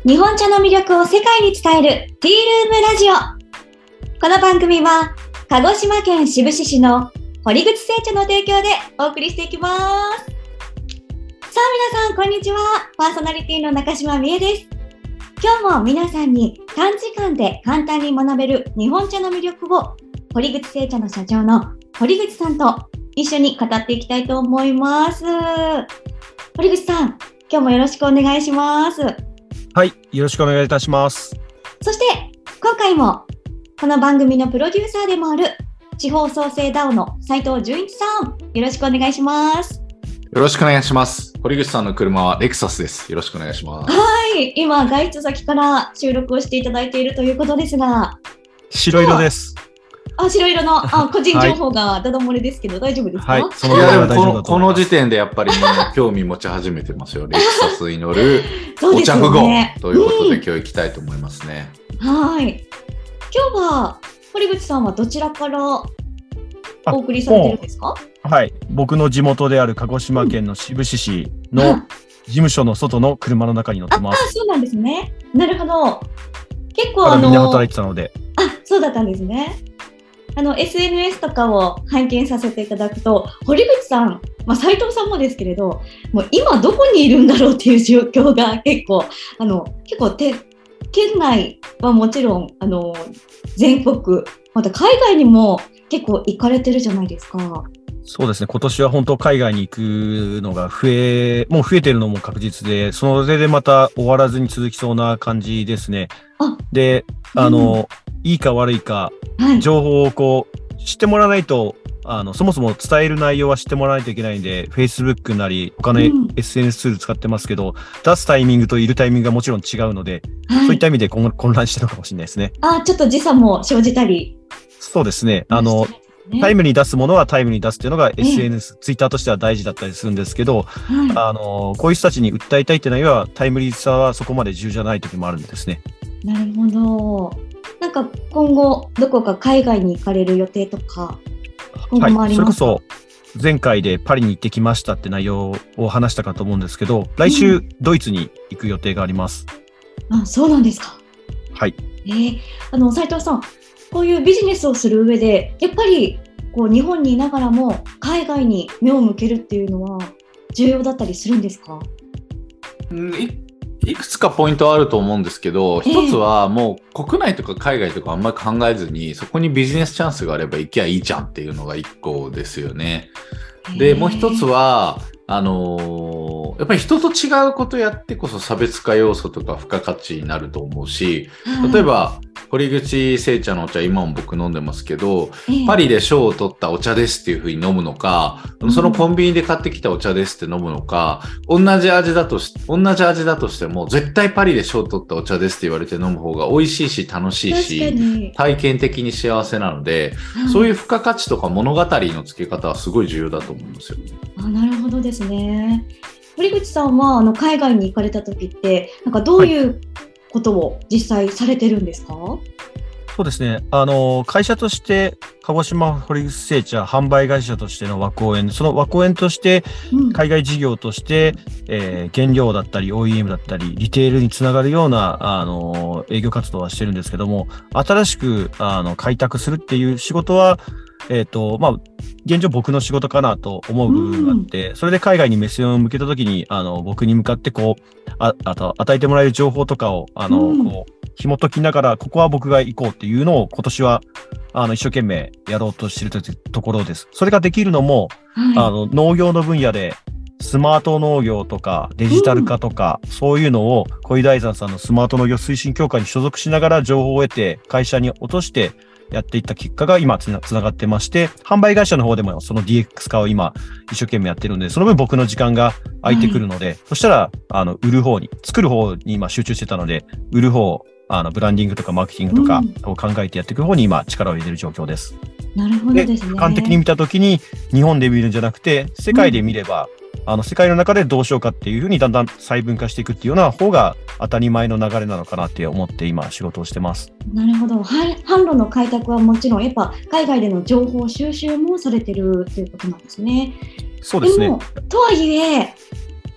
日本茶の魅力を世界に伝えるティールームラジオ。この番組は鹿児島県志布志市の堀口製茶の提供でお送りしていきます。さあ皆さんこんにちは。パーソナリティの中島美恵です。今日も皆さんに短時間で簡単に学べる日本茶の魅力を堀口製茶の社長の堀口さんと一緒に語っていきたいと思います。堀口さん、今日もよろしくお願いします。 はい、よろしくお願いいたします。 そして今回もこの番組のプロデューサーでもある地方創生 DAO の斉藤純一さん、よろしくお願いします。 よろしくお願いします。堀口さんの車はレクサスです。よろしくお願いします。 はい、今外出先から収録をしていただいているということですが、 白色です。 白色の個人情報がダダ漏れですけど、大丈夫ですか？ はい、 そのいやでもこの時点でやっぱりもう興味持ち始めてますよ。レクサスに乗るお茶富豪ということで今日行きたいと思いますね。 はい。今日は堀口さんはどちらからお送りされてるんですか？ はい、僕の地元である鹿児島県の志布志市の事務所の外の車の中に乗ってます。 そうなんですね。なるほど。結構みんな働いてたので。 そうだったんですね。SNS とかを拝見させていただくと、堀口さん、斉藤さんもですけれど、もう今どこにいるんだろうっていう状況が結構県内はもちろん全国、また海外にも結構行かれてるじゃないですか。 そうですね。今年は本当海外に行くのがもう増えてるのも確実で、それでまた終わらずに続きそうな感じですね。で、いいか悪いか、情報を知ってもらわないと、そもそも伝える内容は知ってもらわないといけないんで、Facebook なり他の SNS ツール使ってますけど、出すタイミングといるタイミングがもちろん違うので、そういった意味で混乱してるのかもしれないですね。 ちょっと時差も生じたり。 そうですね。タイムに出すものはタイムに出すっていうのが SNS、ツイッターとしては大事だったりするんですけど、こういう人たちに訴えたいっていうのはタイムリーさはそこまで重要じゃない時もあるんですね。 なるほど。なんか今後どこか海外に行かれる予定とか今後もありますか？ それこそ前回でパリに行ってきましたって内容を話したかと思うんですけど、来週ドイツに行く予定があります。 そうなんですか。 はい。 斉藤さん、こういうビジネスをする上でやっぱり日本にいながらも海外に目を向けるっていうのは重要だったりするんですか？ いくつかポイントはあると思うんですけど、一つはもう国内とか海外とかあんまり考えずに、そこにビジネスチャンスがあれば行きゃいいじゃんっていうのが一個ですよね。で、もう一つはやっぱり人と違うことやってこそ差別化要素とか付加価値になると思うし、例えば堀口製茶のお茶、今も僕飲んでますけど、パリで賞を取ったお茶ですっていう風に飲むのか、そのコンビニで買ってきたお茶ですって飲むのか、同じ味だとしても絶対パリで賞を取ったお茶ですって言われて飲む方が美味しいし楽しいし、体験的に幸せなので、そういう付加価値とか物語の付け方はすごい重要だと思うんですよ。 なるほどですね。堀口さんは海外に行かれた時ってどういうことを実際されてるんですか？ そうですね。会社として鹿児島堀口製茶販売会社としての枠を園、その枠を園として海外事業として、原料だったり OEM だったりリテールにつながるような営業活動はしてるんですけども、新しく開拓するっていう仕事は現状僕の仕事かなと思う部分があって、それで海外に目線を向けたときに、僕に向かって与えてもらえる情報とかを、紐解きながら、ここは僕が行こうっていうのを今年は、一生懸命やろうとしているところです。それができるのも、農業の分野で、スマート農業とかデジタル化とか、そういうのを小井大山さんのスマート農業推進協会に所属しながら情報を得て、会社に落として、やっていった結果が今つながってまして、販売会社の方でもその DX 化を今一生懸命やってるんで、その分僕の時間が空いてくるので、そしたら売る方に、作る方に今集中してたので、売る方、ブランディングとかマーケティングとかを考えてやっていく方に今力を入れる状況です。 なるほどですね。 俯瞰的に見たときに日本で見るんじゃなくて、世界で見れば、世界の中でどうしようかっていうふうにだんだん細分化していくっていうような方が当たり前の流れなのかなって思って今仕事をしてます。 なるほど。販路の開拓はもちろんやっぱ海外での情報収集もされてるということなんですね。 そうですね。 でもとはいえ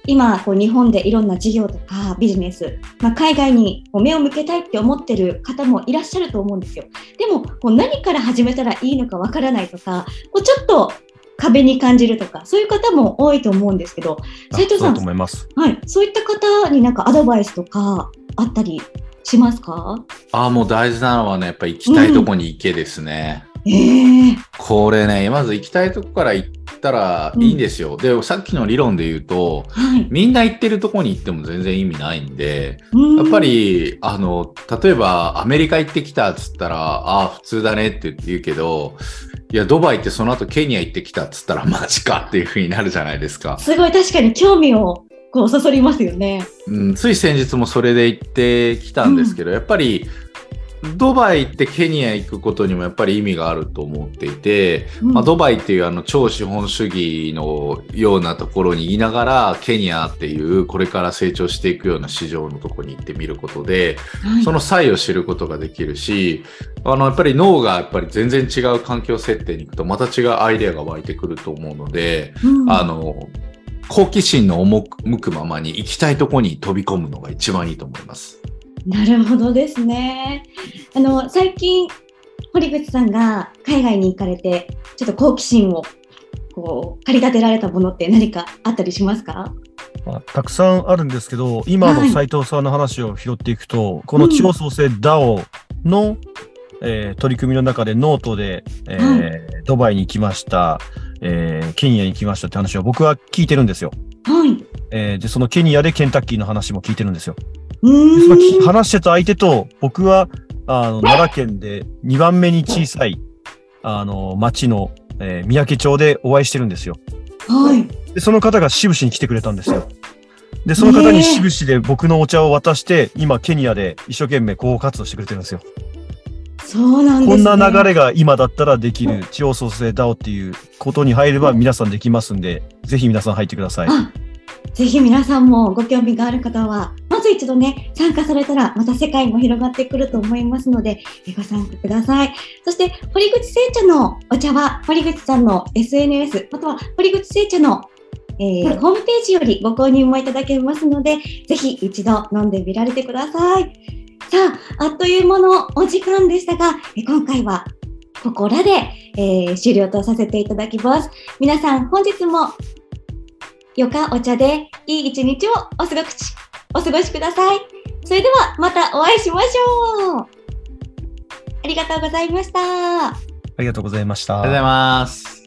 今こう日本でいろんな事業とかビジネス、海外にこう目を向けたいって思ってる方もいらっしゃると思うんですよ。でもこう何から始めたらいいのかわからないとか、こうちょっと壁に感じるとか、そういう方も多いと思うんですけど、斉藤さん、 そうだと思います。 はい、そういった方になんかアドバイスとかあったりしますか？ もう大事なのはね、やっぱり行きたいとこに行けですね。これね、まず行きたいとこから行ったらいいんですよ。で、さっきの理論で言うと、みんな行ってるとこに行っても全然意味ないんで、やっぱり、例えばアメリカ行ってきたっつったら、普通だねって言うけど、いや、ドバイってその後ケニア行ってきたっつったら、マジかっていう風になるじゃないですか。 すごい、確かに興味をこうそそりますよね。 つい先日もそれで行ってきたんですけど、やっぱり、ドバイってケニア行くことにもやっぱり意味があると思っていて、ドバイっていう超資本主義のようなところにいながら、ケニアっていうこれから成長していくような市場のところに行ってみることで、その差異を知ることができるし、やっぱり脳がやっぱり全然違う環境設定に行くとまた違うアイデアが湧いてくると思うので、好奇心の赴くままに行きたいところに飛び込むのが一番いいと思います。 なるほどですね。最近堀口さんが海外に行かれてちょっと好奇心をこう駆り立てられたものって何かあったりしますか？ たくさんあるんですけど、今の斉藤さんの話を拾っていくと、この地方創生 DAO の、取り組みの中でノートで、ドバイに行きました、ケニアに行きましたって話を僕は聞いてるんですよ。でそのケニアでケンタッキーの話も聞いてるんですよ。その話してた相手と僕は奈良県で2番目に小さい町の、三宅町でお会いしてるんですよ。でその方が志布志に来てくれたんですよ。でその方に志布志で僕のお茶を渡して今ケニアで一生懸命広報活動してくれてるんですよ。 そうなんですね。 こんな流れが今だったらできる地方創生 DAO っていうことに入れば皆さんできますんで、ぜひ皆さん入ってください。 ぜひ皆さんもご興味がある方はまず一度ね参加されたらまた世界も広がってくると思いますのでご参加ください。そして堀口製茶のお茶は堀口さんの SNS または堀口製茶の、ホームページよりご購入もいただけますのでぜひ一度飲んでみられてください。さあ、あっという間のお時間でしたが今回はここらで、終了とさせていただきます。皆さん本日もよかお茶でいい一日をお過ごしください。それではまたお会いしましょう。ありがとうございました。 ありがとうございました。 ありがとうございます。